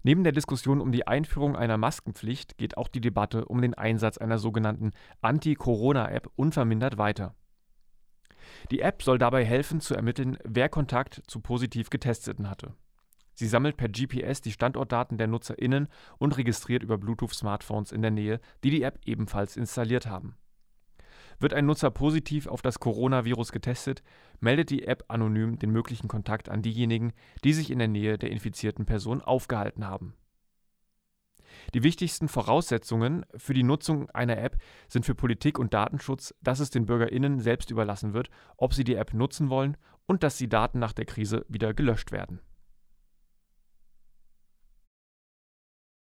Neben der Diskussion um die Einführung einer Maskenpflicht geht auch die Debatte um den Einsatz einer sogenannten Anti-Corona-App unvermindert weiter. Die App soll dabei helfen zu ermitteln, wer Kontakt zu positiv Getesteten hatte. Sie sammelt per GPS die Standortdaten der NutzerInnen und registriert über Bluetooth-Smartphones in der Nähe, die die App ebenfalls installiert haben. Wird ein Nutzer positiv auf das Coronavirus getestet, meldet die App anonym den möglichen Kontakt an diejenigen, die sich in der Nähe der infizierten Person aufgehalten haben. Die wichtigsten Voraussetzungen für die Nutzung einer App sind für Politik und Datenschutz, dass es den BürgerInnen selbst überlassen wird, ob sie die App nutzen wollen und dass die Daten nach der Krise wieder gelöscht werden.